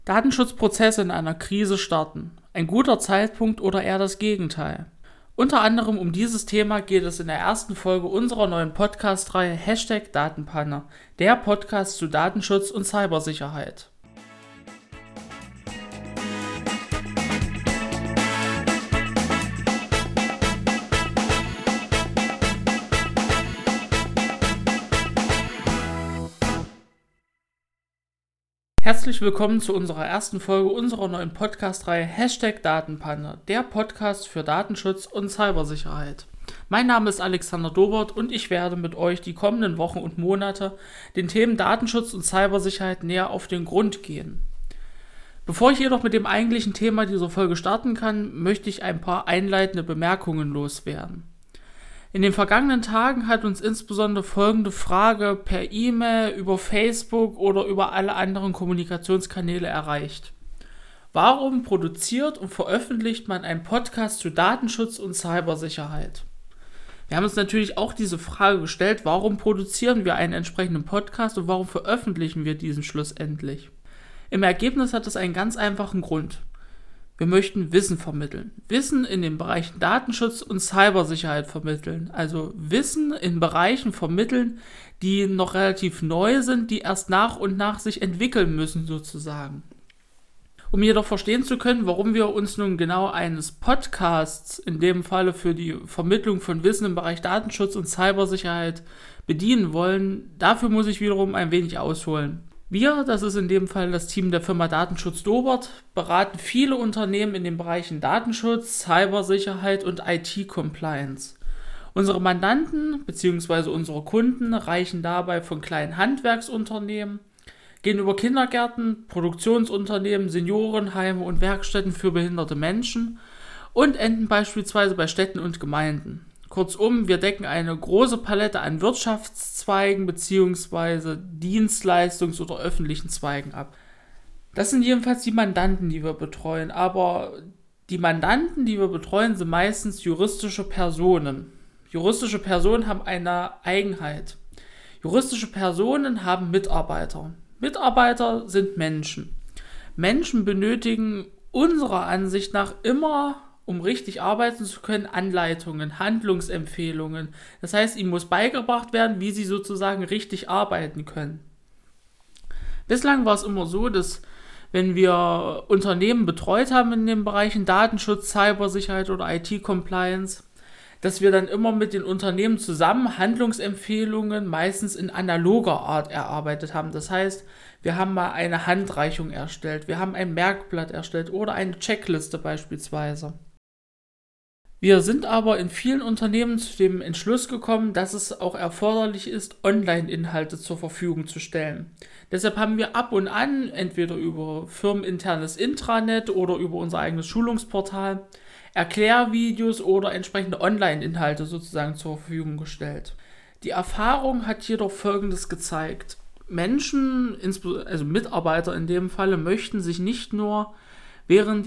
Datenschutzprozesse in einer Krise starten. Ein guter Zeitpunkt oder eher das Gegenteil? Unter anderem um dieses Thema geht es in der ersten Folge unserer neuen Podcast-Reihe #Datenpanne, der Podcast zu Datenschutz und Cybersicherheit. Herzlich willkommen zu unserer ersten Folge unserer neuen Podcast-Reihe #Datenpanne, der Podcast für Datenschutz und Cybersicherheit. Mein Name ist Alexander Dobert und ich werde mit euch die kommenden Wochen und Monate den Themen Datenschutz und Cybersicherheit näher auf den Grund gehen. Bevor ich jedoch mit dem eigentlichen Thema dieser Folge starten kann, möchte ich ein paar einleitende Bemerkungen loswerden. In den vergangenen Tagen hat uns insbesondere folgende Frage per E-Mail, über Facebook oder über alle anderen Kommunikationskanäle erreicht. Warum produziert und veröffentlicht man einen Podcast zu Datenschutz und Cybersicherheit? Wir haben uns natürlich auch diese Frage gestellt, warum produzieren wir einen entsprechenden Podcast und warum veröffentlichen wir diesen schlussendlich? Im Ergebnis hat es einen ganz einfachen Grund. Wir möchten Wissen vermitteln. Wissen in den Bereichen Datenschutz und Cybersicherheit vermitteln. Also Wissen in Bereichen vermitteln, die noch relativ neu sind, die erst nach und nach sich entwickeln müssen sozusagen. Um jedoch verstehen zu können, warum wir uns nun genau eines Podcasts, in dem Falle für die Vermittlung von Wissen im Bereich Datenschutz und Cybersicherheit, bedienen wollen, dafür muss ich wiederum ein wenig ausholen. Wir, das ist in dem Fall das Team der Firma Datenschutz Dobert, beraten viele Unternehmen in den Bereichen Datenschutz, Cybersicherheit und IT-Compliance. Unsere Mandanten bzw. unsere Kunden reichen dabei von kleinen Handwerksunternehmen, gehen über Kindergärten, Produktionsunternehmen, Seniorenheime und Werkstätten für behinderte Menschen und enden beispielsweise bei Städten und Gemeinden. Kurzum, wir decken eine große Palette an Wirtschaftszweigen bzw. Dienstleistungs- oder öffentlichen Zweigen ab. Das sind jedenfalls die Mandanten, die wir betreuen, aber die Mandanten, die wir betreuen, sind meistens juristische Personen. Juristische Personen haben eine Eigenheit. Juristische Personen haben Mitarbeiter. Mitarbeiter sind Menschen. Menschen benötigen unserer Ansicht nach immer, um richtig arbeiten zu können, Anleitungen, Handlungsempfehlungen. Das heißt, ihnen muss beigebracht werden, wie sie sozusagen richtig arbeiten können. Bislang war es immer so, dass wenn wir Unternehmen betreut haben in den Bereichen Datenschutz, Cybersicherheit oder IT-Compliance, dass wir dann immer mit den Unternehmen zusammen Handlungsempfehlungen meistens in analoger Art erarbeitet haben. Das heißt, wir haben mal eine Handreichung erstellt, wir haben ein Merkblatt erstellt oder eine Checkliste beispielsweise. Wir sind aber in vielen Unternehmen zu dem Entschluss gekommen, dass es auch erforderlich ist, Online-Inhalte zur Verfügung zu stellen. Deshalb haben wir ab und an, entweder über firmeninternes Intranet oder über unser eigenes Schulungsportal, Erklärvideos oder entsprechende Online-Inhalte sozusagen zur Verfügung gestellt. Die Erfahrung hat jedoch Folgendes gezeigt. Menschen, also Mitarbeiter in dem Falle, möchten sich nicht nur während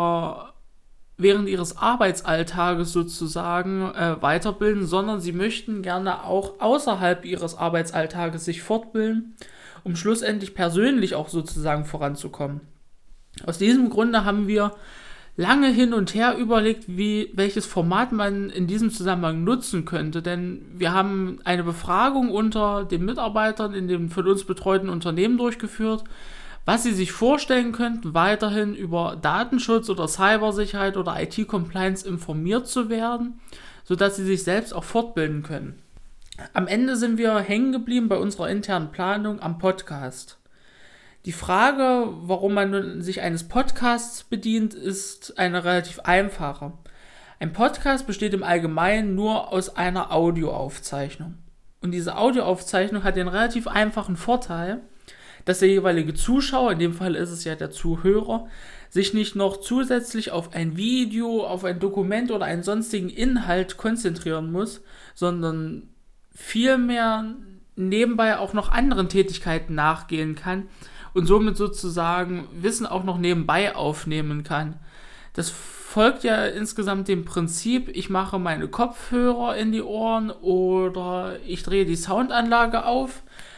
ihres Arbeitsalltages sozusagen weiterbilden, sondern sie möchten gerne auch außerhalb ihres Arbeitsalltages sich fortbilden, um schlussendlich persönlich auch sozusagen voranzukommen. Aus diesem Grunde haben wir lange hin und her überlegt, welches Format man in diesem Zusammenhang nutzen könnte, denn wir haben eine Befragung unter den Mitarbeitern in den von uns betreuten Unternehmen durchgeführt, was sie sich vorstellen könnten, weiterhin über Datenschutz oder Cybersicherheit oder IT-Compliance informiert zu werden, sodass sie sich selbst auch fortbilden können. Am Ende sind wir hängen geblieben bei unserer internen Planung am Podcast. Die Frage, warum man sich eines Podcasts bedient, ist eine relativ einfache. Ein Podcast besteht im Allgemeinen nur aus einer Audioaufzeichnung. Und diese Audioaufzeichnung hat den relativ einfachen Vorteil, dass der jeweilige Zuschauer, in dem Fall ist es ja der Zuhörer, sich nicht noch zusätzlich auf ein Video, auf ein Dokument oder einen sonstigen Inhalt konzentrieren muss, sondern vielmehr nebenbei auch noch anderen Tätigkeiten nachgehen kann und somit sozusagen Wissen auch noch nebenbei aufnehmen kann. Das folgt ja insgesamt dem Prinzip, ich mache meine Kopfhörer in die Ohren oder ich drehe die Soundanlage auf,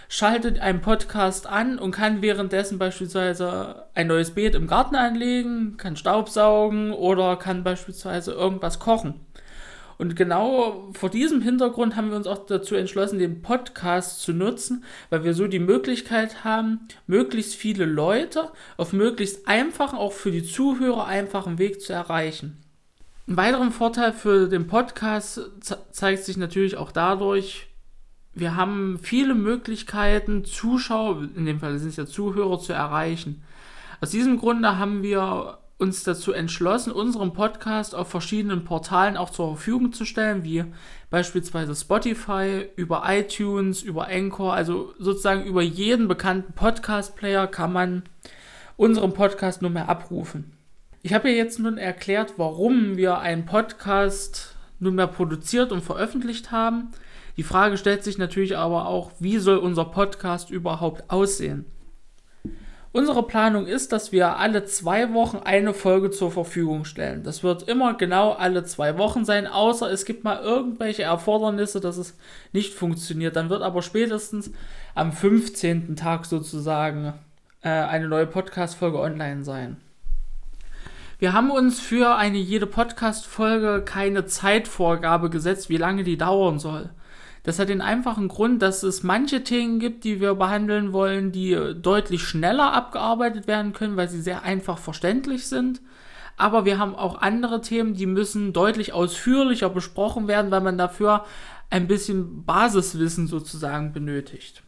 schaltet einen Podcast an und kann währenddessen beispielsweise ein neues Beet im Garten anlegen, kann Staubsaugen oder kann beispielsweise irgendwas kochen. Und genau vor diesem Hintergrund haben wir uns auch dazu entschlossen, den Podcast zu nutzen, weil wir so die Möglichkeit haben, möglichst viele Leute auf möglichst einfachen, auch für die Zuhörer einfachen Weg zu erreichen. Ein weiterer Vorteil für den Podcast zeigt sich natürlich auch dadurch, wir haben viele Möglichkeiten, Zuschauer, in dem Fall sind es ja Zuhörer, zu erreichen. Aus diesem Grunde haben wir uns dazu entschlossen, unseren Podcast auf verschiedenen Portalen auch zur Verfügung zu stellen, wie beispielsweise Spotify, über iTunes, über Anchor, also sozusagen über jeden bekannten Podcast-Player kann man unseren Podcast nunmehr abrufen. Ich habe ja jetzt nun erklärt, warum wir einen Podcast nunmehr produziert und veröffentlicht haben. Die Frage stellt sich natürlich aber auch, wie soll unser Podcast überhaupt aussehen? Unsere Planung ist, dass wir alle 2 Wochen eine Folge zur Verfügung stellen. Das wird immer genau alle 2 Wochen sein, außer es gibt mal irgendwelche Erfordernisse, dass es nicht funktioniert. Dann wird aber spätestens am 15. Tag sozusagen eine neue Podcast-Folge online sein. Wir haben uns für jede Podcast-Folge keine Zeitvorgabe gesetzt, wie lange die dauern soll. Das hat den einfachen Grund, dass es manche Themen gibt, die wir behandeln wollen, die deutlich schneller abgearbeitet werden können, weil sie sehr einfach verständlich sind. Aber wir haben auch andere Themen, die müssen deutlich ausführlicher besprochen werden, weil man dafür ein bisschen Basiswissen sozusagen benötigt.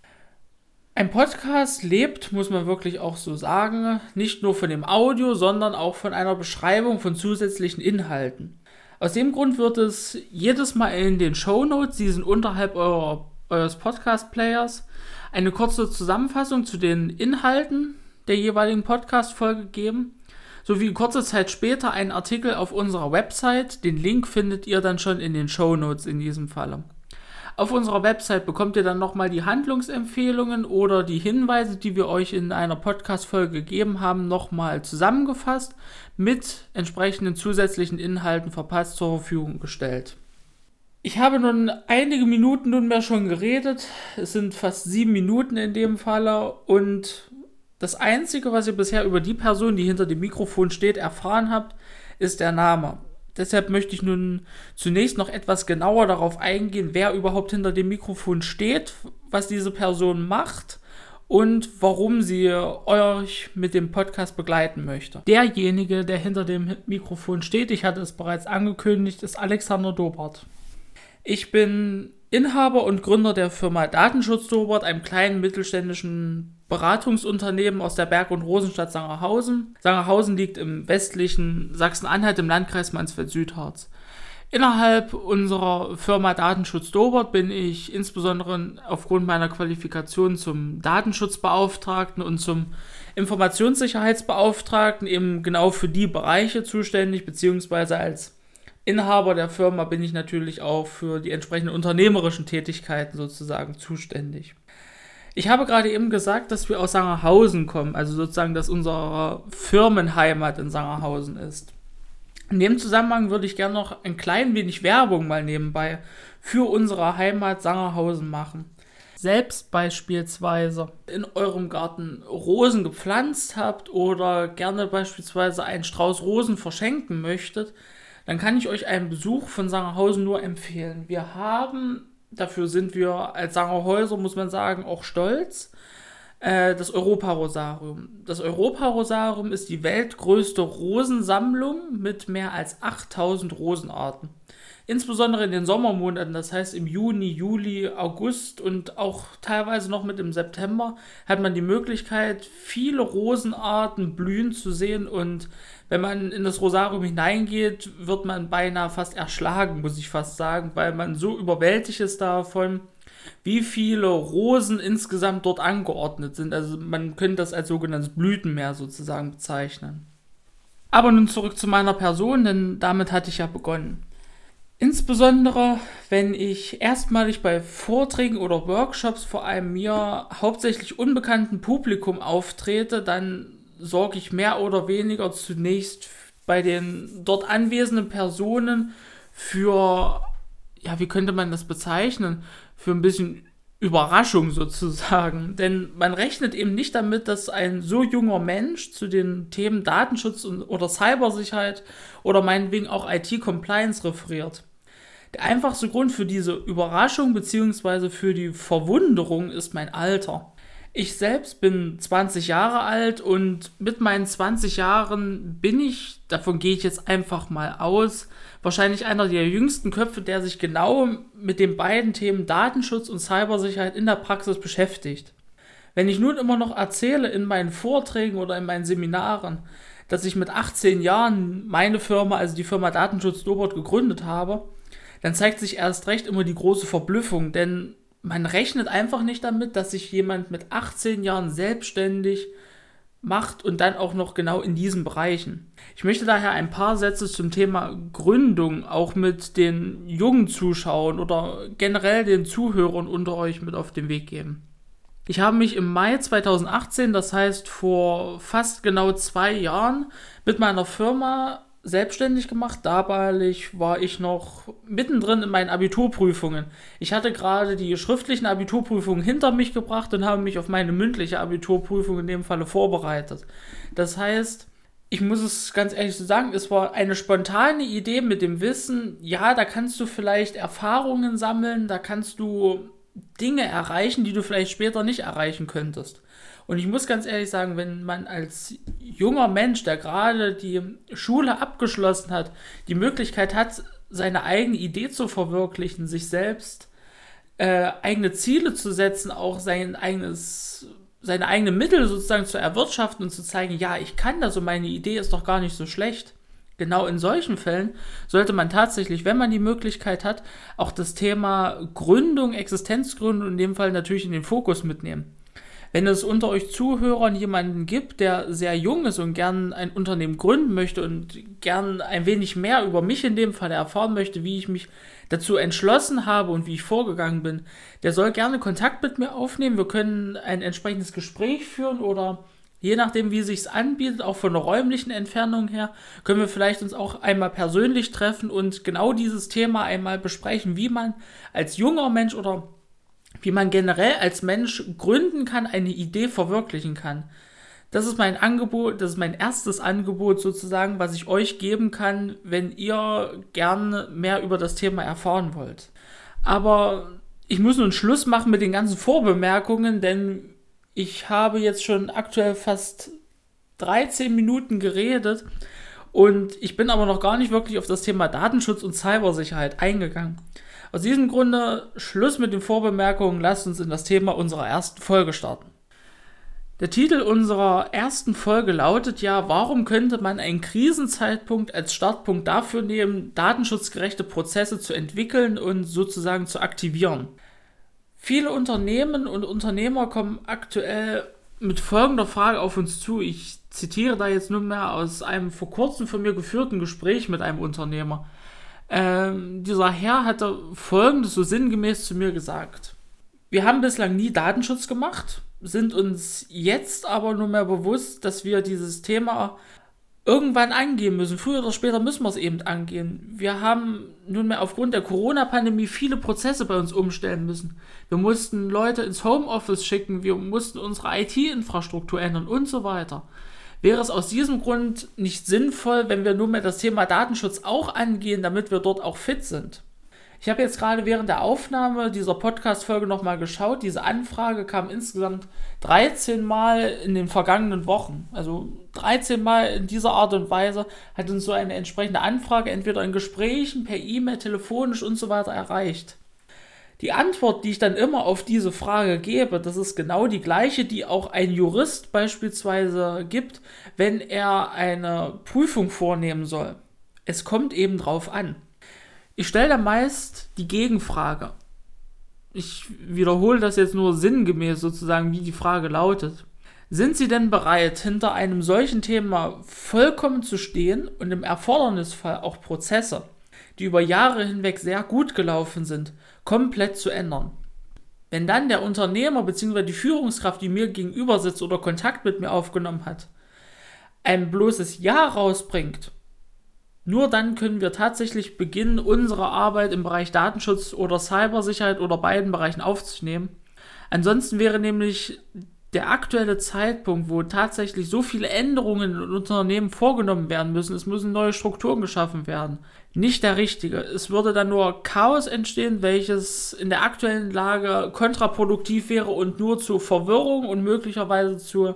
Ein Podcast lebt, muss man wirklich auch so sagen, nicht nur von dem Audio, sondern auch von einer Beschreibung von zusätzlichen Inhalten. Aus dem Grund wird es jedes Mal in den Shownotes, die sind unterhalb eures Podcast-Players, eine kurze Zusammenfassung zu den Inhalten der jeweiligen Podcast-Folge geben, sowie kurze Zeit später einen Artikel auf unserer Website. Den Link findet ihr dann schon in den Shownotes in diesem Falle. Auf unserer Website bekommt ihr dann nochmal die Handlungsempfehlungen oder die Hinweise, die wir euch in einer Podcast-Folge gegeben haben, nochmal zusammengefasst mit entsprechenden zusätzlichen Inhalten verpasst zur Verfügung gestellt. Ich habe nun einige Minuten nunmehr schon geredet. Es sind fast 7 Minuten in dem Falle und das Einzige, was ihr bisher über die Person, die hinter dem Mikrofon steht, erfahren habt, ist der Name. Deshalb möchte ich nun zunächst noch etwas genauer darauf eingehen, wer überhaupt hinter dem Mikrofon steht, was diese Person macht und warum sie euch mit dem Podcast begleiten möchte. Derjenige, der hinter dem Mikrofon steht, ich hatte es bereits angekündigt, ist Alexander Dobert. Ich bin Inhaber und Gründer der Firma Datenschutz Dobert, einem kleinen mittelständischen Beratungsunternehmen aus der Berg- und Rosenstadt Sangerhausen. Sangerhausen liegt im westlichen Sachsen-Anhalt im Landkreis Mansfeld-Südharz. Innerhalb unserer Firma Datenschutz Dobert bin ich insbesondere aufgrund meiner Qualifikation zum Datenschutzbeauftragten und zum Informationssicherheitsbeauftragten eben genau für die Bereiche zuständig, beziehungsweise als Inhaber der Firma bin ich natürlich auch für die entsprechenden unternehmerischen Tätigkeiten sozusagen zuständig. Ich habe gerade eben gesagt, dass wir aus Sangerhausen kommen, also sozusagen, dass unsere Firmenheimat in Sangerhausen ist. In dem Zusammenhang würde ich gerne noch ein klein wenig Werbung mal nebenbei für unsere Heimat Sangerhausen machen. Selbst beispielsweise in eurem Garten Rosen gepflanzt habt oder gerne beispielsweise einen Strauß Rosen verschenken möchtet, dann kann ich euch einen Besuch von Sangerhausen nur empfehlen. Wir haben, dafür sind wir als Sangerhäuser, muss man sagen, auch stolz, das Europa-Rosarium. Das Europa-Rosarium ist die weltgrößte Rosensammlung mit mehr als 8000 Rosenarten. Insbesondere in den Sommermonaten, das heißt im Juni, Juli, August und auch teilweise noch mit im September, hat man die Möglichkeit, viele Rosenarten blühen zu sehen, und wenn man in das Rosarium hineingeht, wird man beinahe fast erschlagen, muss ich fast sagen, weil man so überwältigt ist davon, wie viele Rosen insgesamt dort angeordnet sind. Also man könnte das als sogenanntes Blütenmeer sozusagen bezeichnen. Aber nun zurück zu meiner Person, denn damit hatte ich ja begonnen. Insbesondere, wenn ich erstmalig bei Vorträgen oder Workshops vor einem mir hauptsächlich unbekannten Publikum auftrete, dann sorge ich mehr oder weniger zunächst bei den dort anwesenden Personen für, ja, wie könnte man das bezeichnen, für ein bisschen Überraschung sozusagen, denn man rechnet eben nicht damit, dass ein so junger Mensch zu den Themen Datenschutz oder Cybersicherheit oder meinetwegen auch IT-Compliance referiert. Der einfachste Grund für diese Überraschung bzw. für die Verwunderung ist mein Alter. Ich selbst bin 20 Jahre alt und mit meinen 20 Jahren bin ich, davon gehe ich jetzt einfach mal aus, wahrscheinlich einer der jüngsten Köpfe, der sich genau mit den beiden Themen Datenschutz und Cybersicherheit in der Praxis beschäftigt. Wenn ich nun immer noch erzähle in meinen Vorträgen oder in meinen Seminaren, dass ich mit 18 Jahren meine Firma, also die Firma Datenschutz Dobert, gegründet habe, dann zeigt sich erst recht immer die große Verblüffung, denn man rechnet einfach nicht damit, dass sich jemand mit 18 Jahren selbstständig macht und dann auch noch genau in diesen Bereichen. Ich möchte daher ein paar Sätze zum Thema Gründung auch mit den jungen Zuschauern oder generell den Zuhörern unter euch mit auf den Weg geben. Ich habe mich im Mai 2018, das heißt vor fast genau 2 Jahren, mit meiner Firma selbstständig gemacht. Dabei war ich noch mittendrin in meinen Abiturprüfungen. Ich hatte gerade die schriftlichen Abiturprüfungen hinter mich gebracht und habe mich auf meine mündliche Abiturprüfung in dem Falle vorbereitet. Das heißt, ich muss es ganz ehrlich so sagen, es war eine spontane Idee mit dem Wissen, ja, da kannst du vielleicht Erfahrungen sammeln, da kannst du Dinge erreichen, die du vielleicht später nicht erreichen könntest. Und ich muss ganz ehrlich sagen, wenn man als junger Mensch, der gerade die Schule abgeschlossen hat, die Möglichkeit hat, seine eigene Idee zu verwirklichen, sich selbst eigene Ziele zu setzen, auch seine eigenen Mittel sozusagen zu erwirtschaften und zu zeigen, ja, ich kann das und meine Idee ist doch gar nicht so schlecht. Genau in solchen Fällen sollte man tatsächlich, wenn man die Möglichkeit hat, auch das Thema Gründung, Existenzgründung in dem Fall natürlich in den Fokus mitnehmen. Wenn es unter euch Zuhörern jemanden gibt, der sehr jung ist und gern ein Unternehmen gründen möchte und gern ein wenig mehr über mich in dem Fall erfahren möchte, wie ich mich dazu entschlossen habe und wie ich vorgegangen bin, der soll gerne Kontakt mit mir aufnehmen. Wir können ein entsprechendes Gespräch führen oder je nachdem, wie es sich anbietet, auch von der räumlichen Entfernung her, können wir vielleicht uns auch einmal persönlich treffen und genau dieses Thema einmal besprechen, wie man als junger Mensch oder wie man generell als Mensch gründen kann, eine Idee verwirklichen kann. Das ist mein Angebot, das ist mein erstes Angebot sozusagen, was ich euch geben kann, wenn ihr gerne mehr über das Thema erfahren wollt. Aber ich muss nun Schluss machen mit den ganzen Vorbemerkungen, denn ich habe jetzt schon aktuell fast 13 Minuten geredet und ich bin aber noch gar nicht wirklich auf das Thema Datenschutz und Cybersicherheit eingegangen. Aus diesem Grunde Schluss mit den Vorbemerkungen, lasst uns in das Thema unserer ersten Folge starten. Der Titel unserer ersten Folge lautet ja, warum könnte man einen Krisenzeitpunkt als Startpunkt dafür nehmen, datenschutzgerechte Prozesse zu entwickeln und sozusagen zu aktivieren. Viele Unternehmen und Unternehmer kommen aktuell mit folgender Frage auf uns zu. Ich zitiere da jetzt nunmehr aus einem vor kurzem von mir geführten Gespräch mit einem Unternehmer. Dieser Herr hatte Folgendes so sinngemäß zu mir gesagt. Wir haben bislang nie Datenschutz gemacht, sind uns jetzt aber nur mehr bewusst, dass wir dieses Thema irgendwann angehen müssen. Früher oder später müssen wir es eben angehen. Wir haben nunmehr aufgrund der Corona-Pandemie viele Prozesse bei uns umstellen müssen. Wir mussten Leute ins Homeoffice schicken, wir mussten unsere IT-Infrastruktur ändern und so weiter. Wäre es aus diesem Grund nicht sinnvoll, wenn wir nunmehr das Thema Datenschutz auch angehen, damit wir dort auch fit sind? Ich habe jetzt gerade während der Aufnahme dieser Podcast-Folge nochmal geschaut. Diese Anfrage kam insgesamt 13 Mal in den vergangenen Wochen. Also 13 Mal in dieser Art und Weise hat uns so eine entsprechende Anfrage entweder in Gesprächen, per E-Mail, telefonisch und so weiter erreicht. Die Antwort, die ich dann immer auf diese Frage gebe, das ist genau die gleiche, die auch ein Jurist beispielsweise gibt, wenn er eine Prüfung vornehmen soll. Es kommt eben drauf an. Ich stelle dann meist die Gegenfrage. Ich wiederhole das jetzt nur sinngemäß sozusagen, wie die Frage lautet. Sind Sie denn bereit, hinter einem solchen Thema vollkommen zu stehen und im Erfordernisfall auch Prozesse, die über Jahre hinweg sehr gut gelaufen sind, komplett zu ändern? Wenn dann der Unternehmer bzw. die Führungskraft, die mir gegenüber sitzt oder Kontakt mit mir aufgenommen hat, ein bloßes Ja rausbringt, nur dann können wir tatsächlich beginnen, unsere Arbeit im Bereich Datenschutz oder Cybersicherheit oder beiden Bereichen aufzunehmen. Ansonsten wäre nämlich der aktuelle Zeitpunkt, wo tatsächlich so viele Änderungen in Unternehmen vorgenommen werden müssen, es müssen neue Strukturen geschaffen werden, nicht der richtige. Es würde dann nur Chaos entstehen, welches in der aktuellen Lage kontraproduktiv wäre und nur zu Verwirrung und möglicherweise zu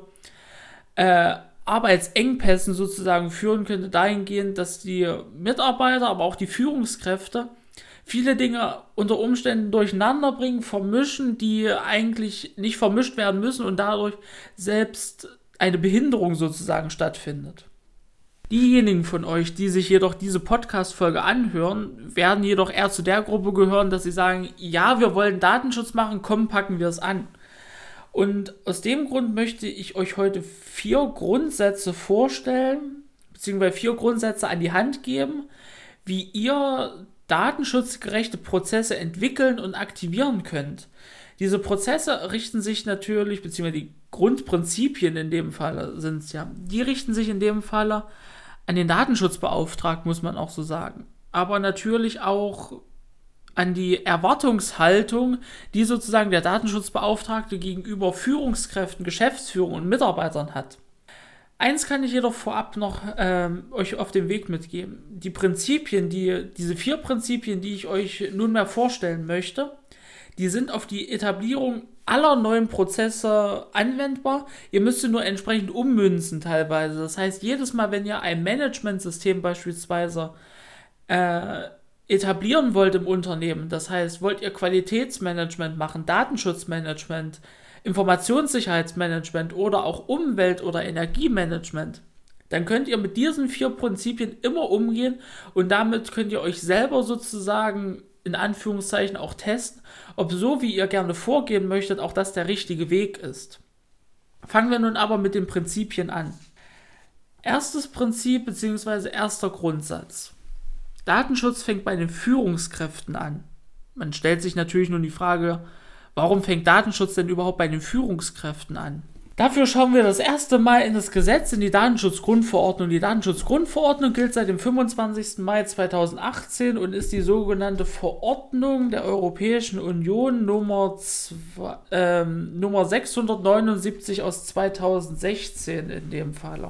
Arbeitsengpässen sozusagen führen könnte, dahingehend, dass die Mitarbeiter, aber auch die Führungskräfte viele Dinge unter Umständen durcheinander bringen, vermischen, die eigentlich nicht vermischt werden müssen und dadurch selbst eine Behinderung sozusagen stattfindet. Diejenigen von euch, die sich jedoch diese Podcast-Folge anhören, werden jedoch eher zu der Gruppe gehören, dass sie sagen, ja, wir wollen Datenschutz machen, komm, packen wir es an. Und aus dem Grund möchte ich euch heute 4 Grundsätze vorstellen, beziehungsweise 4 Grundsätze an die Hand geben, wie ihr datenschutzgerechte Prozesse entwickeln und aktivieren könnt. Diese Prozesse richten sich natürlich, beziehungsweise die Grundprinzipien in dem Falle sind es ja, die richten sich in dem Falle an den Datenschutzbeauftragten, muss man auch so sagen. Aber natürlich auch an die Erwartungshaltung, die sozusagen der Datenschutzbeauftragte gegenüber Führungskräften, Geschäftsführung und Mitarbeitern hat. Eins kann ich jedoch vorab noch euch auf den Weg mitgeben. Die Prinzipien, diese 4 Prinzipien, die ich euch nunmehr vorstellen möchte, die sind auf die Etablierung aller neuen Prozesse anwendbar. Ihr müsst sie nur entsprechend ummünzen teilweise. Das heißt, jedes Mal, wenn ihr ein Managementsystem beispielsweise etablieren wollt im Unternehmen, das heißt, wollt ihr Qualitätsmanagement machen, Datenschutzmanagement, Informationssicherheitsmanagement oder auch Umwelt- oder Energiemanagement, dann könnt ihr mit diesen 4 Prinzipien immer umgehen und damit könnt ihr euch selber sozusagen in Anführungszeichen auch testen, ob so wie ihr gerne vorgehen möchtet, auch das der richtige Weg ist. Fangen wir nun aber mit den Prinzipien an. Erstes Prinzip bzw. erster Grundsatz. Datenschutz fängt bei den Führungskräften an. Man stellt sich natürlich nun die Frage, warum fängt Datenschutz denn überhaupt bei den Führungskräften an? Dafür schauen wir das erste Mal in das Gesetz, in die Datenschutzgrundverordnung. Die Datenschutzgrundverordnung gilt seit dem 25. Mai 2018 und ist die sogenannte Verordnung der Europäischen Union Nummer 679 aus 2016 in dem Fall.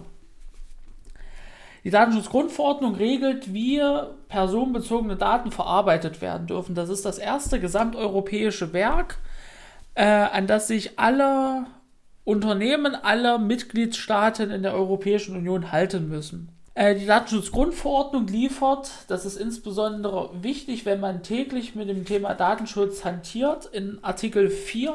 Die Datenschutzgrundverordnung regelt, wie personenbezogene Daten verarbeitet werden dürfen. Das ist das erste gesamteuropäische Werk, an das sich alle Unternehmen, alle Mitgliedstaaten in der Europäischen Union halten müssen. Die Datenschutzgrundverordnung liefert, das ist insbesondere wichtig, wenn man täglich mit dem Thema Datenschutz hantiert, in Artikel 4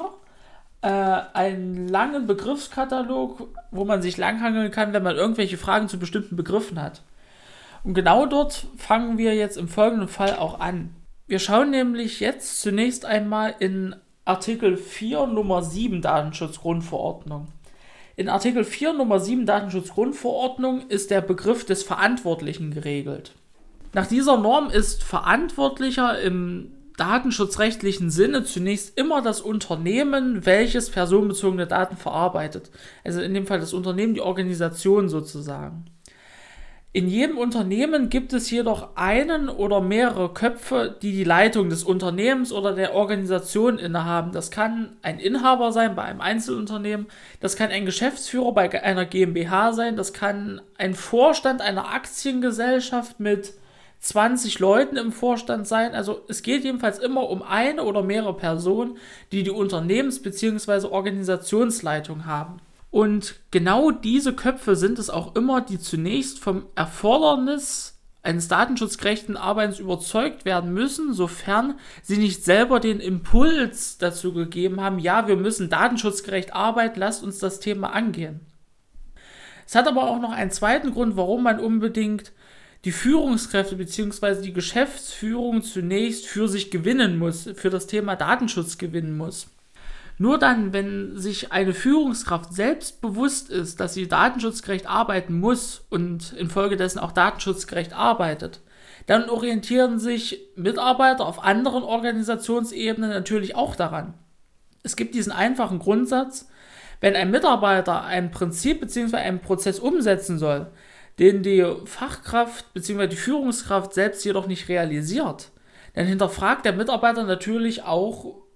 einen langen Begriffskatalog, wo man sich langhangeln kann, wenn man irgendwelche Fragen zu bestimmten Begriffen hat. Und genau dort fangen wir jetzt im folgenden Fall auch an. Wir schauen nämlich jetzt zunächst einmal in Artikel 4 Nummer 7 Datenschutzgrundverordnung. In Artikel 4 Nummer 7 Datenschutzgrundverordnung ist der Begriff des Verantwortlichen geregelt. Nach dieser Norm ist Verantwortlicher im datenschutzrechtlichen Sinne zunächst immer das Unternehmen, welches personenbezogene Daten verarbeitet. Also in dem Fall das Unternehmen, die Organisation sozusagen. In jedem Unternehmen gibt es jedoch einen oder mehrere Köpfe, die die Leitung des Unternehmens oder der Organisation innehaben. Das kann ein Inhaber sein bei einem Einzelunternehmen, das kann ein Geschäftsführer bei einer GmbH sein, das kann ein Vorstand einer Aktiengesellschaft mit 20 Leuten im Vorstand sein. Also es geht jedenfalls immer um eine oder mehrere Personen, die die Unternehmens- bzw. Organisationsleitung haben. Und genau diese Köpfe sind es auch immer, die zunächst vom Erfordernis eines datenschutzgerechten Arbeitens überzeugt werden müssen, sofern sie nicht selber den Impuls dazu gegeben haben, ja, wir müssen datenschutzgerecht arbeiten, lasst uns das Thema angehen. Es hat aber auch noch einen zweiten Grund, warum man unbedingt die Führungskräfte bzw. die Geschäftsführung zunächst für sich gewinnen muss, für das Thema Datenschutz gewinnen muss. Nur dann, wenn sich eine Führungskraft selbst bewusst ist, dass sie datenschutzgerecht arbeiten muss und infolgedessen auch datenschutzgerecht arbeitet, dann orientieren sich Mitarbeiter auf anderen Organisationsebenen natürlich auch daran. Es gibt diesen einfachen Grundsatz, wenn ein Mitarbeiter ein Prinzip bzw. einen Prozess umsetzen soll, den die Fachkraft bzw. die Führungskraft selbst jedoch nicht realisiert, dann hinterfragt der Mitarbeiter natürlich auch,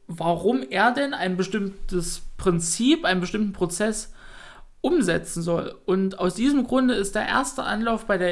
warum er denn ein bestimmtes Prinzip, einen bestimmten Prozess umsetzen soll. Und aus diesem Grunde ist der erste Anlaufpunkt bei der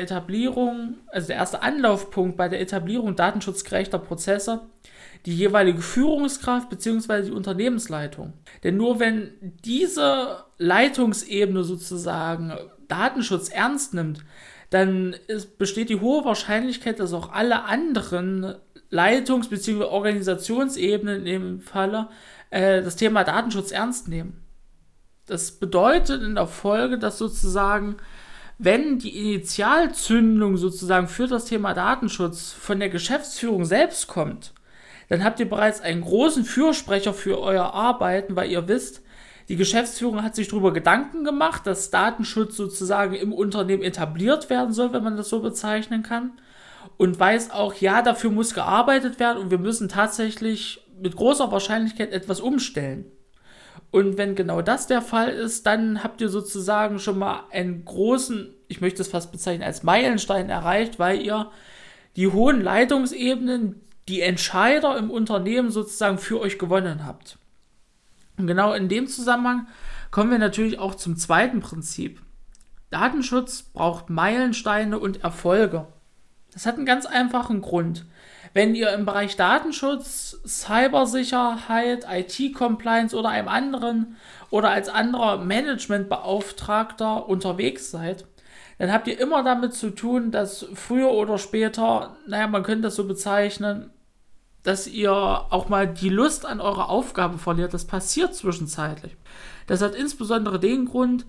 Etablierung datenschutzgerechter Prozesse die jeweilige Führungskraft bzw. die Unternehmensleitung. Denn nur wenn diese Leitungsebene sozusagen Datenschutz ernst nimmt, dann besteht die hohe Wahrscheinlichkeit, dass auch alle anderen Leitungs- bzw. Organisationsebenen in dem Falle das Thema Datenschutz ernst nehmen. Das bedeutet in der Folge, dass sozusagen, wenn die Initialzündung sozusagen für das Thema Datenschutz von der Geschäftsführung selbst kommt, dann habt ihr bereits einen großen Fürsprecher für euer Arbeiten, weil ihr wisst, die Geschäftsführung hat sich darüber Gedanken gemacht, dass Datenschutz sozusagen im Unternehmen etabliert werden soll, wenn man das so bezeichnen kann, und weiß auch, ja, dafür muss gearbeitet werden und wir müssen tatsächlich mit großer Wahrscheinlichkeit etwas umstellen. Und wenn genau das der Fall ist, dann habt ihr sozusagen schon mal einen großen, ich möchte es fast bezeichnen als Meilenstein erreicht, weil ihr die hohen Leitungsebenen, die Entscheider im Unternehmen sozusagen für euch gewonnen habt. Und genau in dem Zusammenhang kommen wir natürlich auch zum zweiten Prinzip. Datenschutz braucht Meilensteine und Erfolge. Das hat einen ganz einfachen Grund. Wenn ihr im Bereich Datenschutz, Cybersicherheit, IT-Compliance oder einem anderen oder als anderer Managementbeauftragter unterwegs seid, dann habt ihr immer damit zu tun, dass früher oder später, man könnte das so bezeichnen, dass ihr auch mal die Lust an eurer Aufgabe verliert. Das passiert zwischenzeitlich. Das hat insbesondere den Grund,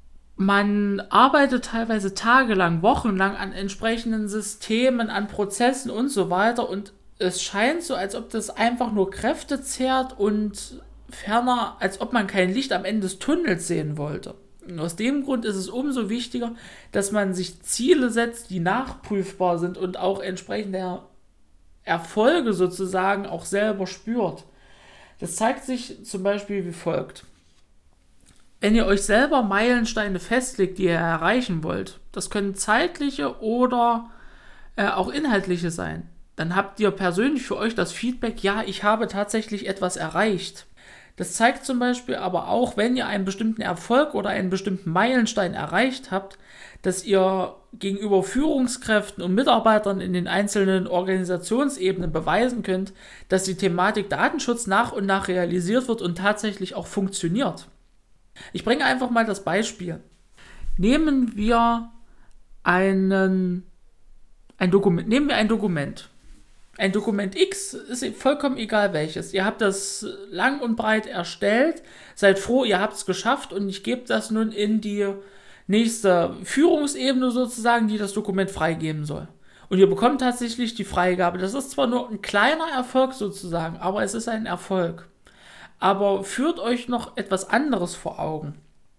man arbeitet teilweise tagelang, wochenlang an entsprechenden Systemen, an Prozessen und so weiter und es scheint so, als ob das einfach nur Kräfte zehrt und ferner, als ob man kein Licht am Ende des Tunnels sehen wollte. Und aus dem Grund ist es umso wichtiger, dass man sich Ziele setzt, die nachprüfbar sind und auch entsprechend der Erfolge sozusagen auch selber spürt. Das zeigt sich zum Beispiel wie folgt. Wenn ihr euch selber Meilensteine festlegt, die ihr erreichen wollt, das können zeitliche oder auch inhaltliche sein, dann habt ihr persönlich für euch das Feedback, ja, ich habe tatsächlich etwas erreicht. Das zeigt zum Beispiel aber auch, wenn ihr einen bestimmten Erfolg oder einen bestimmten Meilenstein erreicht habt, dass ihr gegenüber Führungskräften und Mitarbeitern in den einzelnen Organisationsebenen beweisen könnt, dass die Thematik Datenschutz nach und nach realisiert wird und tatsächlich auch funktioniert. Ich bringe einfach mal das Beispiel. Nehmen wir ein Dokument. Ein Dokument X ist vollkommen egal welches. Ihr habt das lang und breit erstellt, seid froh, ihr habt es geschafft und ich gebe das nun in die nächste Führungsebene sozusagen, die das Dokument freigeben soll. Und ihr bekommt tatsächlich die Freigabe. Das ist zwar nur ein kleiner Erfolg sozusagen, aber es ist ein Erfolg. Aber führt euch noch etwas anderes vor Augen.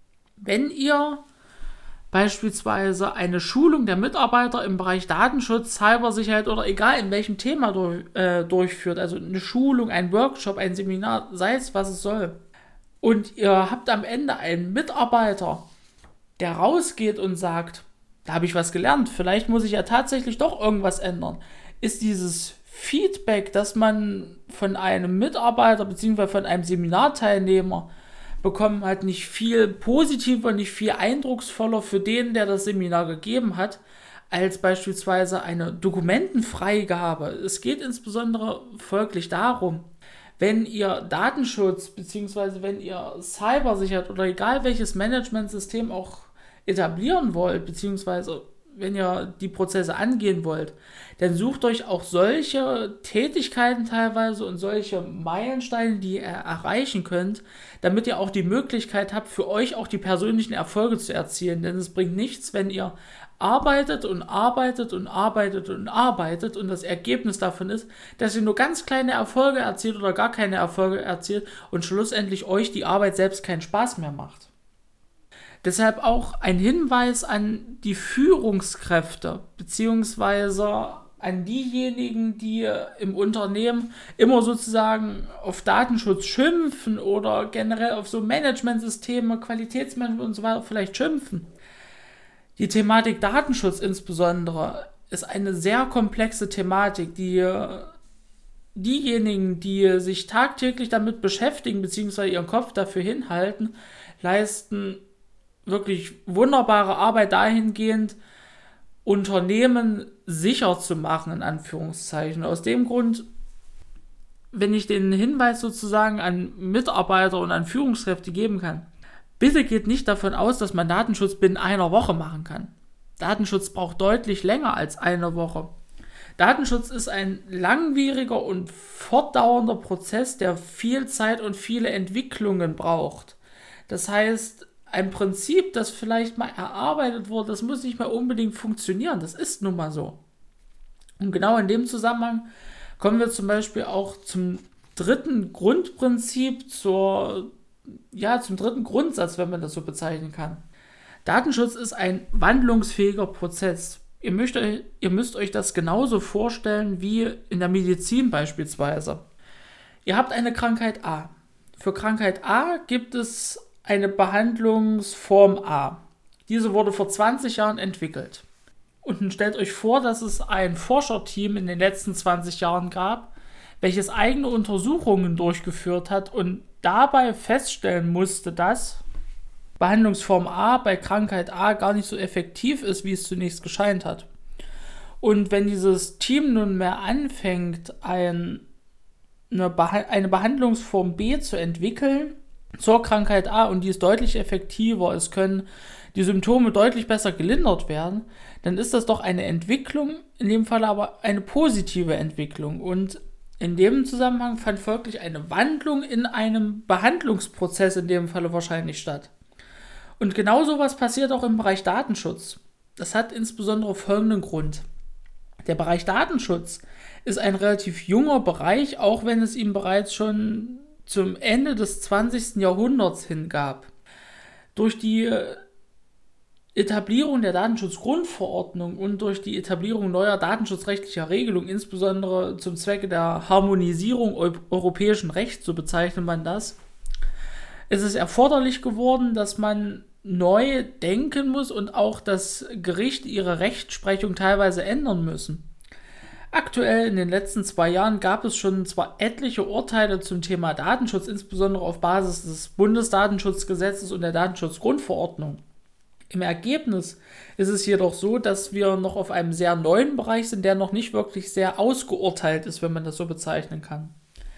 Wenn ihr beispielsweise eine Schulung der Mitarbeiter im Bereich Datenschutz, Cybersicherheit oder egal in welchem Thema durchführt, also eine Schulung, ein Workshop, ein Seminar, sei es was es soll, und ihr habt am Ende einen Mitarbeiter, der rausgeht und sagt, da habe ich was gelernt, vielleicht muss ich ja tatsächlich doch irgendwas ändern, ist dieses Feedback, das man von einem Mitarbeiter bzw. von einem Seminarteilnehmer bekommen hat, nicht viel positiver, nicht viel eindrucksvoller für den, der das Seminar gegeben hat, als beispielsweise eine Dokumentenfreigabe. Es geht insbesondere folglich darum, wenn ihr Datenschutz bzw. wenn ihr Cybersicherheit oder egal welches Managementsystem auch etablieren wollt, beziehungsweise wenn ihr die Prozesse angehen wollt, dann sucht euch auch solche Tätigkeiten teilweise und solche Meilensteine, die ihr erreichen könnt, damit ihr auch die Möglichkeit habt, für euch auch die persönlichen Erfolge zu erzielen. Denn es bringt nichts, wenn ihr arbeitet und arbeitet und arbeitet und arbeitet und das Ergebnis davon ist, dass ihr nur ganz kleine Erfolge erzielt oder gar keine Erfolge erzielt und schlussendlich euch die Arbeit selbst keinen Spaß mehr macht. Deshalb auch ein Hinweis an die Führungskräfte beziehungsweise an diejenigen, die im Unternehmen immer sozusagen auf Datenschutz schimpfen oder generell auf so Managementsysteme, Qualitätsmanagement und so weiter vielleicht schimpfen. Die Thematik Datenschutz insbesondere ist eine sehr komplexe Thematik, die diejenigen, die sich tagtäglich damit beschäftigen, beziehungsweise ihren Kopf dafür hinhalten, leisten wirklich wunderbare Arbeit dahingehend, Unternehmen sicher zu machen, in Anführungszeichen. Aus dem Grund, wenn ich den Hinweis sozusagen an Mitarbeiter und an Führungskräfte geben kann, bitte geht nicht davon aus, dass man Datenschutz binnen einer Woche machen kann. Datenschutz braucht deutlich länger als eine Woche. Datenschutz ist ein langwieriger und fortdauernder Prozess, der viel Zeit und viele Entwicklungen braucht. Das heißt, ein Prinzip, das vielleicht mal erarbeitet wurde, das muss nicht mehr unbedingt funktionieren. Das ist nun mal so. Und genau in dem Zusammenhang kommen wir zum Beispiel auch zum dritten Grundprinzip, zum dritten Grundsatz, wenn man das so bezeichnen kann. Datenschutz ist ein wandlungsfähiger Prozess. Ihr müsst euch das genauso vorstellen wie in der Medizin beispielsweise. Ihr habt eine Krankheit A. Für Krankheit A gibt es eine Behandlungsform A. Diese wurde vor 20 Jahren entwickelt. Und nun stellt euch vor, dass es ein Forscherteam in den letzten 20 Jahren gab, welches eigene Untersuchungen durchgeführt hat und dabei feststellen musste, dass Behandlungsform A bei Krankheit A gar nicht so effektiv ist, wie es zunächst gescheint hat. Und wenn dieses Team nunmehr anfängt, eine Behandlungsform B zu entwickeln zur Krankheit A und die ist deutlich effektiver, es können die Symptome deutlich besser gelindert werden, dann ist das doch eine Entwicklung, in dem Fall aber eine positive Entwicklung. Und in dem Zusammenhang fand folglich eine Wandlung in einem Behandlungsprozess in dem Falle wahrscheinlich statt. Und genau sowas passiert auch im Bereich Datenschutz. Das hat insbesondere folgenden Grund. Der Bereich Datenschutz ist ein relativ junger Bereich, auch wenn es ihn bereits schon zum Ende des 20. Jahrhunderts hingab. Durch die Etablierung der Datenschutzgrundverordnung und durch die Etablierung neuer datenschutzrechtlicher Regelungen, insbesondere zum Zwecke der Harmonisierung europäischen Rechts, so bezeichnet man das, ist es erforderlich geworden, dass man neu denken muss und auch das Gericht ihre Rechtsprechung teilweise ändern müssen. Aktuell in den letzten 2 Jahren gab es schon zwar etliche Urteile zum Thema Datenschutz, insbesondere auf Basis des Bundesdatenschutzgesetzes und der Datenschutzgrundverordnung. Im Ergebnis ist es jedoch so, dass wir noch auf einem sehr neuen Bereich sind, der noch nicht wirklich sehr ausgeurteilt ist, wenn man das so bezeichnen kann.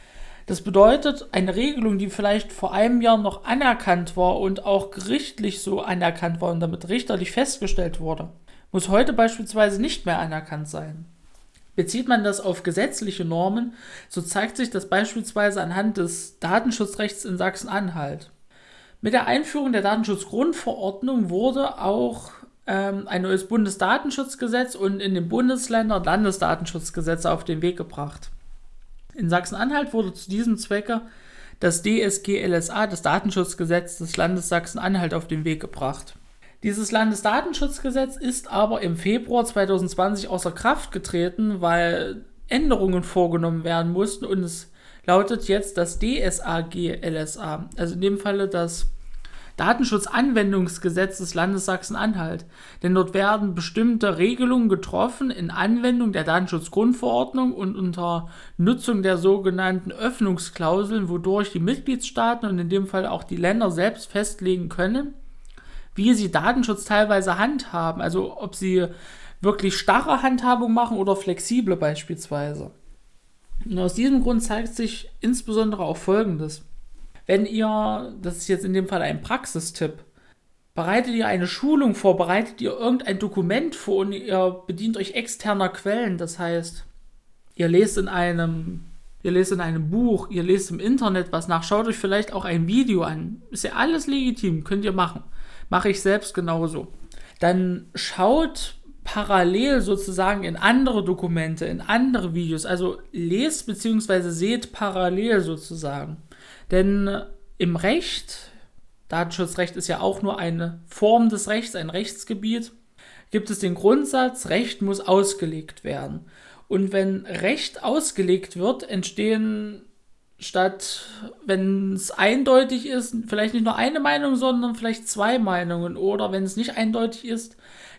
Das bedeutet, eine Regelung, die vielleicht vor einem Jahr noch anerkannt war und auch gerichtlich so anerkannt war und damit richterlich festgestellt wurde, muss heute beispielsweise nicht mehr anerkannt sein. Bezieht man das auf gesetzliche Normen, so zeigt sich das beispielsweise anhand des Datenschutzrechts in Sachsen-Anhalt. Mit der Einführung der Datenschutzgrundverordnung wurde auch ein neues Bundesdatenschutzgesetz und in den Bundesländern Landesdatenschutzgesetze auf den Weg gebracht. In Sachsen-Anhalt wurde zu diesem Zwecke das DSG-LSA, das Datenschutzgesetz des Landes Sachsen-Anhalt, auf den Weg gebracht. Dieses Landesdatenschutzgesetz ist aber im Februar 2020 außer Kraft getreten, weil Änderungen vorgenommen werden mussten und es lautet jetzt das DSAG-LSA, also in dem Falle das Datenschutzanwendungsgesetz des Landes Sachsen-Anhalt. Denn dort werden bestimmte Regelungen getroffen in Anwendung der Datenschutzgrundverordnung und unter Nutzung der sogenannten Öffnungsklauseln, wodurch die Mitgliedstaaten und in dem Fall auch die Länder selbst festlegen können, wie sie Datenschutz teilweise handhaben, also ob sie wirklich starre Handhabung machen oder flexible beispielsweise. Und aus diesem Grund zeigt sich insbesondere auch Folgendes. Wenn ihr, das ist jetzt in dem Fall ein Praxistipp, bereitet ihr eine Schulung vor, bereitet ihr irgendein Dokument vor und ihr bedient euch externer Quellen, das heißt, ihr lest in einem Buch, ihr lest im Internet was nach, schaut euch vielleicht auch ein Video an, ist ja alles legitim, könnt ihr machen. Mache ich selbst genauso. Dann schaut parallel sozusagen in andere Dokumente, in andere Videos, also lest bzw. seht parallel sozusagen. Denn im Recht, Datenschutzrecht ist ja auch nur eine Form des Rechts, ein Rechtsgebiet, gibt es den Grundsatz, Recht muss ausgelegt werden. Und wenn Recht ausgelegt wird, entstehen statt, wenn es eindeutig ist, vielleicht nicht nur eine Meinung, sondern vielleicht 2 Meinungen. Oder wenn es nicht eindeutig ist,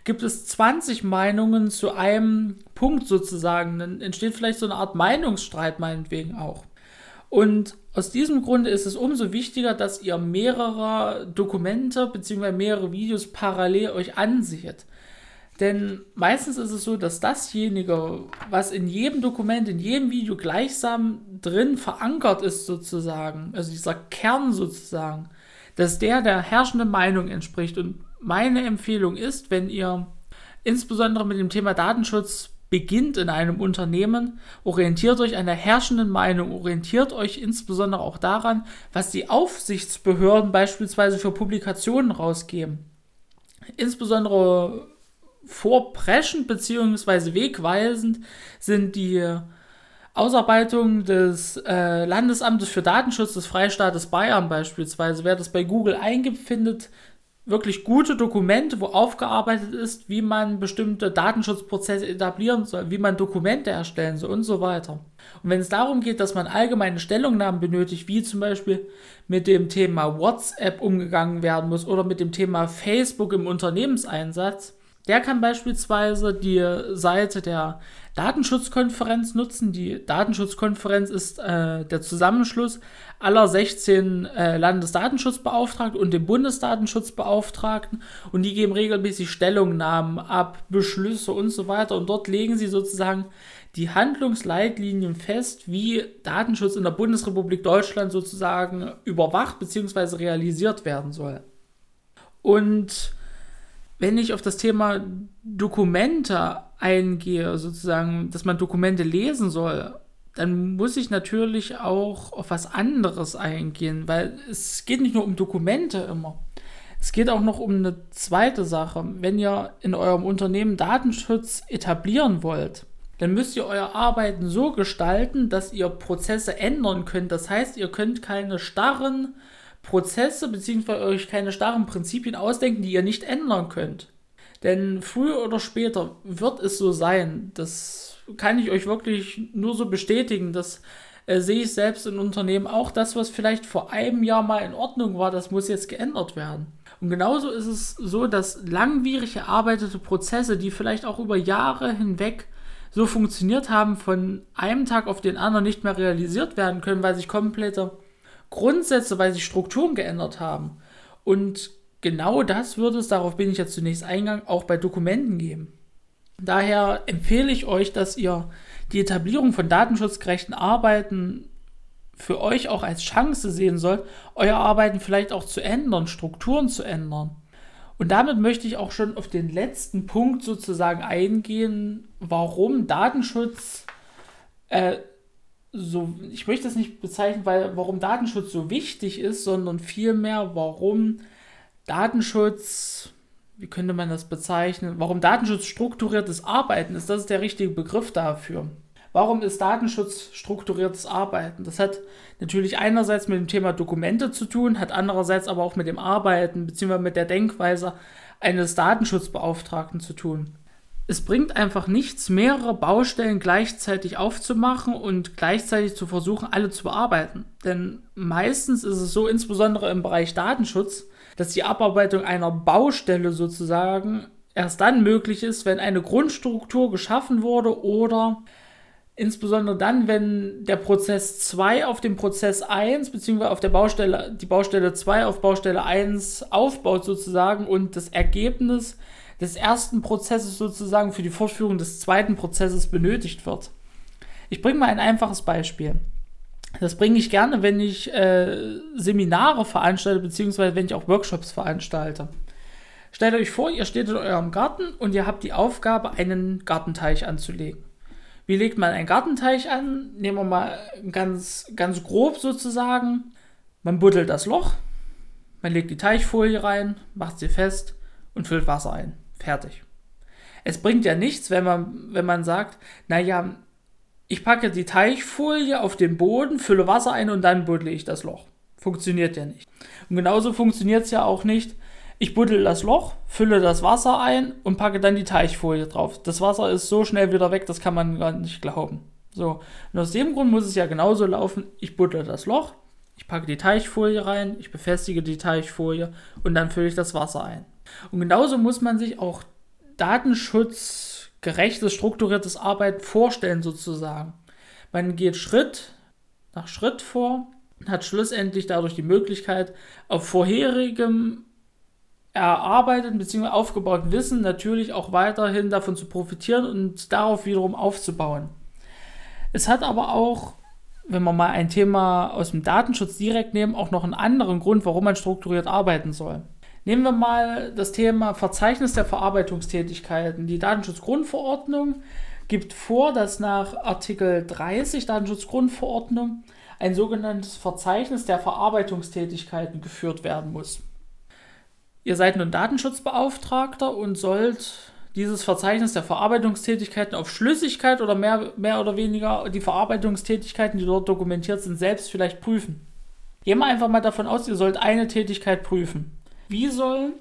gibt es 20 Meinungen zu einem Punkt sozusagen. Dann entsteht vielleicht so eine Art Meinungsstreit meinetwegen auch. Und aus diesem Grunde ist es umso wichtiger, dass ihr mehrere Dokumente bzw. mehrere Videos parallel euch anseht. Denn meistens ist es so, dass dasjenige, was in jedem Dokument, in jedem Video gleichsam drin verankert ist sozusagen, also dieser Kern sozusagen, dass der herrschenden Meinung entspricht. Und meine Empfehlung ist, wenn ihr insbesondere mit dem Thema Datenschutz beginnt in einem Unternehmen, orientiert euch an der herrschenden Meinung, orientiert euch insbesondere auch daran, was die Aufsichtsbehörden beispielsweise für Publikationen rausgeben. Insbesondere vorpreschend bzw. wegweisend sind die Ausarbeitung des Landesamtes für Datenschutz des Freistaates Bayern beispielsweise. Wer das bei Google eingibt, findet wirklich gute Dokumente, wo aufgearbeitet ist, wie man bestimmte Datenschutzprozesse etablieren soll, wie man Dokumente erstellen soll und so weiter. Und wenn es darum geht, dass man allgemeine Stellungnahmen benötigt, wie zum Beispiel mit dem Thema WhatsApp umgegangen werden muss oder mit dem Thema Facebook im Unternehmenseinsatz, der kann beispielsweise die Seite der Datenschutzkonferenz nutzen. Die Datenschutzkonferenz ist der Zusammenschluss aller 16 Landesdatenschutzbeauftragten und dem Bundesdatenschutzbeauftragten, und die geben regelmäßig Stellungnahmen ab, Beschlüsse und so weiter, und dort legen sie sozusagen die Handlungsleitlinien fest, wie Datenschutz in der Bundesrepublik Deutschland sozusagen überwacht bzw. realisiert werden soll. Und wenn ich auf das Thema Dokumente eingehe, sozusagen, dass man Dokumente lesen soll, dann muss ich natürlich auch auf was anderes eingehen, weil es geht nicht nur um Dokumente immer. Es geht auch noch um eine zweite Sache. Wenn ihr in eurem Unternehmen Datenschutz etablieren wollt, dann müsst ihr euer Arbeiten so gestalten, dass ihr Prozesse ändern könnt. Das heißt, ihr könnt keine starren Prozesse bzw. euch keine starren Prinzipien ausdenken, die ihr nicht ändern könnt. Denn früher oder später wird es so sein. Das kann ich euch wirklich nur so bestätigen. Das sehe ich selbst in Unternehmen auch. Das, was vielleicht vor einem Jahr mal in Ordnung war, das muss jetzt geändert werden. Und genauso ist es so, dass langwierig erarbeitete Prozesse, die vielleicht auch über Jahre hinweg so funktioniert haben, von einem Tag auf den anderen nicht mehr realisiert werden können, weil sich komplette Grundsätze, weil sich Strukturen geändert haben. Und genau das würde es, darauf bin ich jetzt zunächst eingegangen, auch bei Dokumenten geben. Daher empfehle ich euch, dass ihr die Etablierung von datenschutzgerechten Arbeiten für euch auch als Chance sehen sollt, euer Arbeiten vielleicht auch zu ändern, Strukturen zu ändern. Und damit möchte ich auch schon auf den letzten Punkt sozusagen eingehen, warum Datenschutz ich möchte das nicht bezeichnen, warum Datenschutz so wichtig ist, sondern vielmehr, warum Datenschutz, wie könnte man das bezeichnen, warum Datenschutz strukturiertes Arbeiten ist. Das ist der richtige Begriff dafür. Warum ist Datenschutz strukturiertes Arbeiten? Das hat natürlich einerseits mit dem Thema Dokumente zu tun, hat andererseits aber auch mit dem Arbeiten bzw. mit der Denkweise eines Datenschutzbeauftragten zu tun. Es bringt einfach nichts, mehrere Baustellen gleichzeitig aufzumachen und gleichzeitig zu versuchen, alle zu bearbeiten. Denn meistens ist es so, insbesondere im Bereich Datenschutz, dass die Abarbeitung einer Baustelle sozusagen erst dann möglich ist, wenn eine Grundstruktur geschaffen wurde oder insbesondere dann, wenn der Prozess 2 auf dem Prozess 1 bzw. auf der die Baustelle 2 auf Baustelle 1 aufbaut sozusagen und das Ergebnis des ersten Prozesses sozusagen für die Fortführung des zweiten Prozesses benötigt wird. Ich bringe mal ein einfaches Beispiel. Das bringe ich gerne, wenn ich Seminare veranstalte, beziehungsweise wenn ich auch Workshops veranstalte. Stellt euch vor, ihr steht in eurem Garten und ihr habt die Aufgabe, einen Gartenteich anzulegen. Wie legt man einen Gartenteich an? Nehmen wir mal ganz, ganz grob sozusagen. Man buddelt das Loch, man legt die Teichfolie rein, macht sie fest und füllt Wasser ein. Fertig. Es bringt ja nichts, wenn man sagt, naja, ich packe die Teichfolie auf den Boden, fülle Wasser ein und dann buddle ich das Loch. Funktioniert ja nicht. Und genauso funktioniert es ja auch nicht, ich buddel das Loch, fülle das Wasser ein und packe dann die Teichfolie drauf. Das Wasser ist so schnell wieder weg, das kann man gar nicht glauben. So. Und aus dem Grund muss es ja genauso laufen, ich buddle das Loch, ich packe die Teichfolie rein, ich befestige die Teichfolie und dann fülle ich das Wasser ein. Und genauso muss man sich auch datenschutzgerechtes, strukturiertes Arbeiten vorstellen sozusagen. Man geht Schritt nach Schritt vor und hat schlussendlich dadurch die Möglichkeit, auf vorherigem erarbeiteten bzw. aufgebauten Wissen natürlich auch weiterhin davon zu profitieren und darauf wiederum aufzubauen. Es hat aber auch, wenn wir mal ein Thema aus dem Datenschutz direkt nehmen, auch noch einen anderen Grund, warum man strukturiert arbeiten soll. Nehmen wir mal das Thema Verzeichnis der Verarbeitungstätigkeiten. Die Datenschutzgrundverordnung gibt vor, dass nach Artikel 30 Datenschutzgrundverordnung ein sogenanntes Verzeichnis der Verarbeitungstätigkeiten geführt werden muss. Ihr seid nun Datenschutzbeauftragter und sollt dieses Verzeichnis der Verarbeitungstätigkeiten auf Schlüssigkeit oder mehr oder weniger die Verarbeitungstätigkeiten, die dort dokumentiert sind, selbst vielleicht prüfen. Gehen wir einfach mal davon aus, ihr sollt eine Tätigkeit prüfen. Wie soll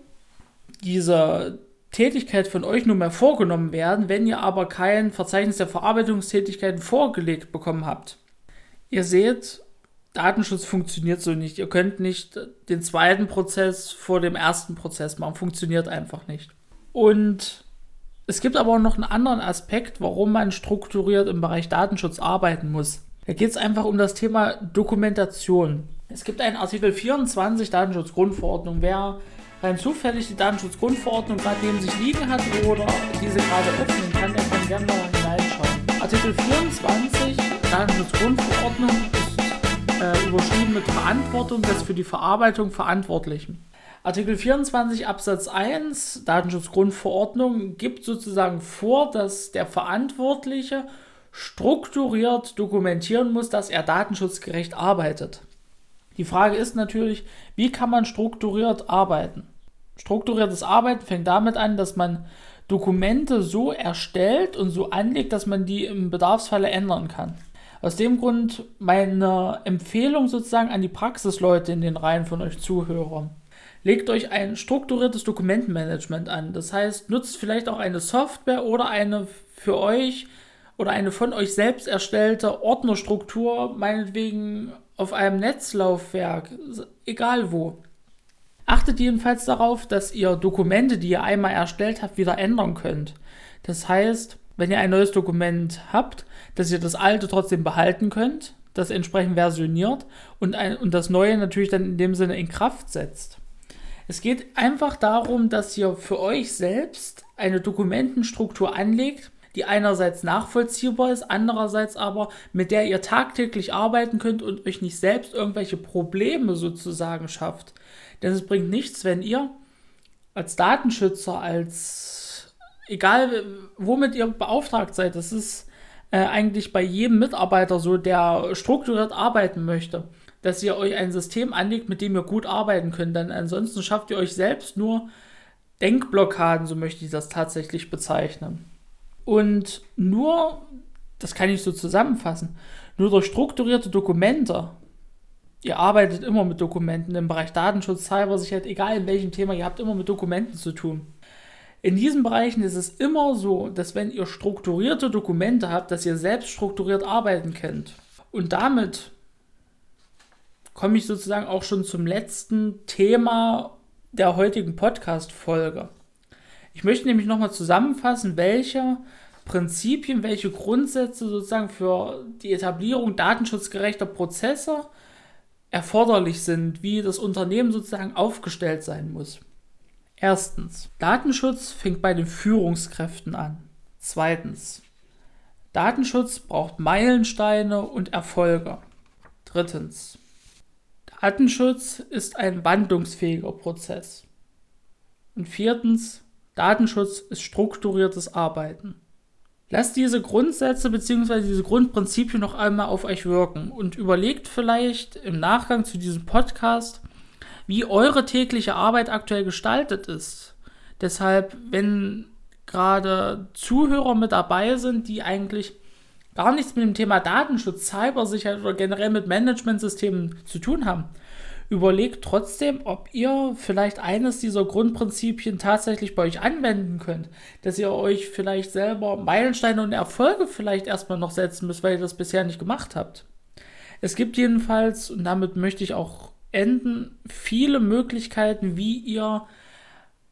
diese Tätigkeit von euch nun mal vorgenommen werden, wenn ihr aber kein Verzeichnis der Verarbeitungstätigkeiten vorgelegt bekommen habt? Ihr seht, Datenschutz funktioniert so nicht. Ihr könnt nicht den zweiten Prozess vor dem ersten Prozess machen. Funktioniert einfach nicht. Und es gibt aber auch noch einen anderen Aspekt, warum man strukturiert im Bereich Datenschutz arbeiten muss. Da geht es einfach um das Thema Dokumentation. Es gibt einen Artikel 24 Datenschutzgrundverordnung. Wer rein zufällig die Datenschutzgrundverordnung gerade neben sich liegen hat oder diese gerade öffnen kann, der kann gerne mal hineinschauen. Artikel 24 Datenschutzgrundverordnung ist überschrieben mit Verantwortung des für die Verarbeitung Verantwortlichen. Artikel 24 Absatz 1 Datenschutzgrundverordnung gibt sozusagen vor, dass der Verantwortliche strukturiert dokumentieren muss, dass er datenschutzgerecht arbeitet. Die Frage ist natürlich, wie kann man strukturiert arbeiten? Strukturiertes Arbeiten fängt damit an, dass man Dokumente so erstellt und so anlegt, dass man die im Bedarfsfalle ändern kann. Aus dem Grund meine Empfehlung sozusagen an die Praxisleute in den Reihen von euch Zuhörern. Legt euch ein strukturiertes Dokumentenmanagement an. Das heißt, nutzt vielleicht auch eine Software oder eine für euch oder eine von euch selbst erstellte Ordnerstruktur, meinetwegen auf einem Netzlaufwerk, egal wo. Achtet jedenfalls darauf, dass ihr Dokumente, die ihr einmal erstellt habt, wieder ändern könnt. Das heißt, wenn ihr ein neues Dokument habt, dass ihr das alte trotzdem behalten könnt, das entsprechend versioniert und das neue natürlich dann in dem Sinne in Kraft setzt. Es geht einfach darum, dass ihr für euch selbst eine Dokumentenstruktur anlegt, die einerseits nachvollziehbar ist, andererseits aber mit der ihr tagtäglich arbeiten könnt und euch nicht selbst irgendwelche Probleme sozusagen schafft. Denn es bringt nichts, wenn ihr als Datenschützer, egal womit ihr beauftragt seid, das ist eigentlich bei jedem Mitarbeiter so, der strukturiert arbeiten möchte, dass ihr euch ein System anlegt, mit dem ihr gut arbeiten könnt. Denn ansonsten schafft ihr euch selbst nur Denkblockaden, so möchte ich das tatsächlich bezeichnen. Und nur, das kann ich so zusammenfassen, nur durch strukturierte Dokumente, ihr arbeitet immer mit Dokumenten im Bereich Datenschutz, Cybersicherheit, egal in welchem Thema, ihr habt immer mit Dokumenten zu tun. In diesen Bereichen ist es immer so, dass wenn ihr strukturierte Dokumente habt, dass ihr selbst strukturiert arbeiten könnt. Und damit komme ich sozusagen auch schon zum letzten Thema der heutigen Podcast-Folge. Ich möchte nämlich nochmal zusammenfassen, welche Prinzipien, welche Grundsätze sozusagen für die Etablierung datenschutzgerechter Prozesse erforderlich sind, wie das Unternehmen sozusagen aufgestellt sein muss. Erstens, Datenschutz fängt bei den Führungskräften an. Zweitens, Datenschutz braucht Meilensteine und Erfolge. Drittens, Datenschutz ist ein wandlungsfähiger Prozess. Und viertens, Datenschutz ist strukturiertes Arbeiten. Lasst diese Grundsätze bzw. diese Grundprinzipien noch einmal auf euch wirken und überlegt vielleicht im Nachgang zu diesem Podcast, wie eure tägliche Arbeit aktuell gestaltet ist. Deshalb, wenn gerade Zuhörer mit dabei sind, die eigentlich gar nichts mit dem Thema Datenschutz, Cybersicherheit oder generell mit Managementsystemen zu tun haben, überlegt trotzdem, ob ihr vielleicht eines dieser Grundprinzipien tatsächlich bei euch anwenden könnt, dass ihr euch vielleicht selber Meilensteine und Erfolge vielleicht erstmal noch setzen müsst, weil ihr das bisher nicht gemacht habt. Es gibt jedenfalls, und damit möchte ich auch enden, viele Möglichkeiten, wie ihr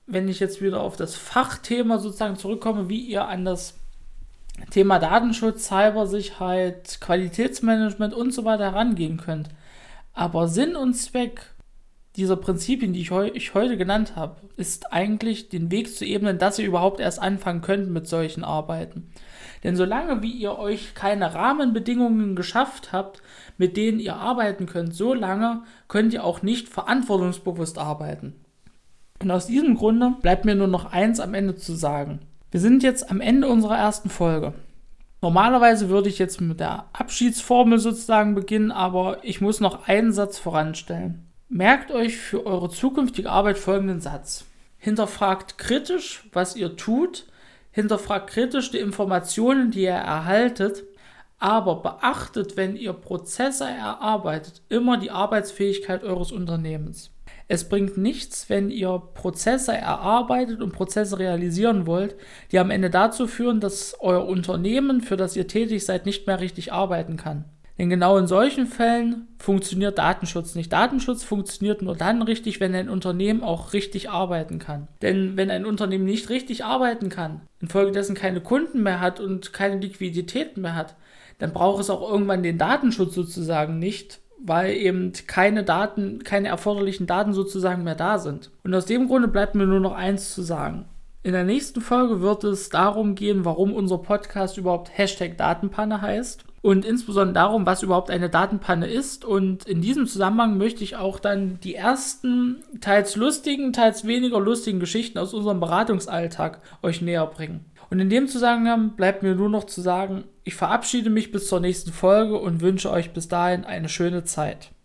wenn ich jetzt wieder auf das Fachthema sozusagen zurückkomme, wie ihr an das Thema Datenschutz, Cybersicherheit, Qualitätsmanagement und so weiter herangehen könnt. Aber Sinn und Zweck dieser Prinzipien, die ich heute genannt habe, ist eigentlich den Weg zu ebnen, dass ihr überhaupt erst anfangen könnt mit solchen Arbeiten. Denn solange wie ihr euch keine Rahmenbedingungen geschafft habt, mit denen ihr arbeiten könnt, solange könnt ihr auch nicht verantwortungsbewusst arbeiten. Und aus diesem Grunde bleibt mir nur noch eins am Ende zu sagen. Wir sind jetzt am Ende unserer ersten Folge. Normalerweise würde ich jetzt mit der Abschiedsformel sozusagen beginnen, aber ich muss noch einen Satz voranstellen. Merkt euch für eure zukünftige Arbeit folgenden Satz. Hinterfragt kritisch, was ihr tut, hinterfragt kritisch die Informationen, die ihr erhaltet, aber beachtet, wenn ihr Prozesse erarbeitet, immer die Arbeitsfähigkeit eures Unternehmens. Es bringt nichts, wenn ihr Prozesse erarbeitet und Prozesse realisieren wollt, die am Ende dazu führen, dass euer Unternehmen, für das ihr tätig seid, nicht mehr richtig arbeiten kann. Denn genau in solchen Fällen funktioniert Datenschutz nicht. Datenschutz funktioniert nur dann richtig, wenn ein Unternehmen auch richtig arbeiten kann. Denn wenn ein Unternehmen nicht richtig arbeiten kann, infolgedessen keine Kunden mehr hat und keine Liquidität mehr hat, dann braucht es auch irgendwann den Datenschutz sozusagen nicht, weil eben keine erforderlichen Daten sozusagen mehr da sind. Und aus dem Grunde bleibt mir nur noch eins zu sagen. In der nächsten Folge wird es darum gehen, warum unser Podcast überhaupt #Datenpanne heißt und insbesondere darum, was überhaupt eine Datenpanne ist. Und in diesem Zusammenhang möchte ich auch dann die ersten, teils lustigen, teils weniger lustigen Geschichten aus unserem Beratungsalltag euch näher bringen. Und in dem Zusammenhang bleibt mir nur noch zu sagen, ich verabschiede mich bis zur nächsten Folge und wünsche euch bis dahin eine schöne Zeit.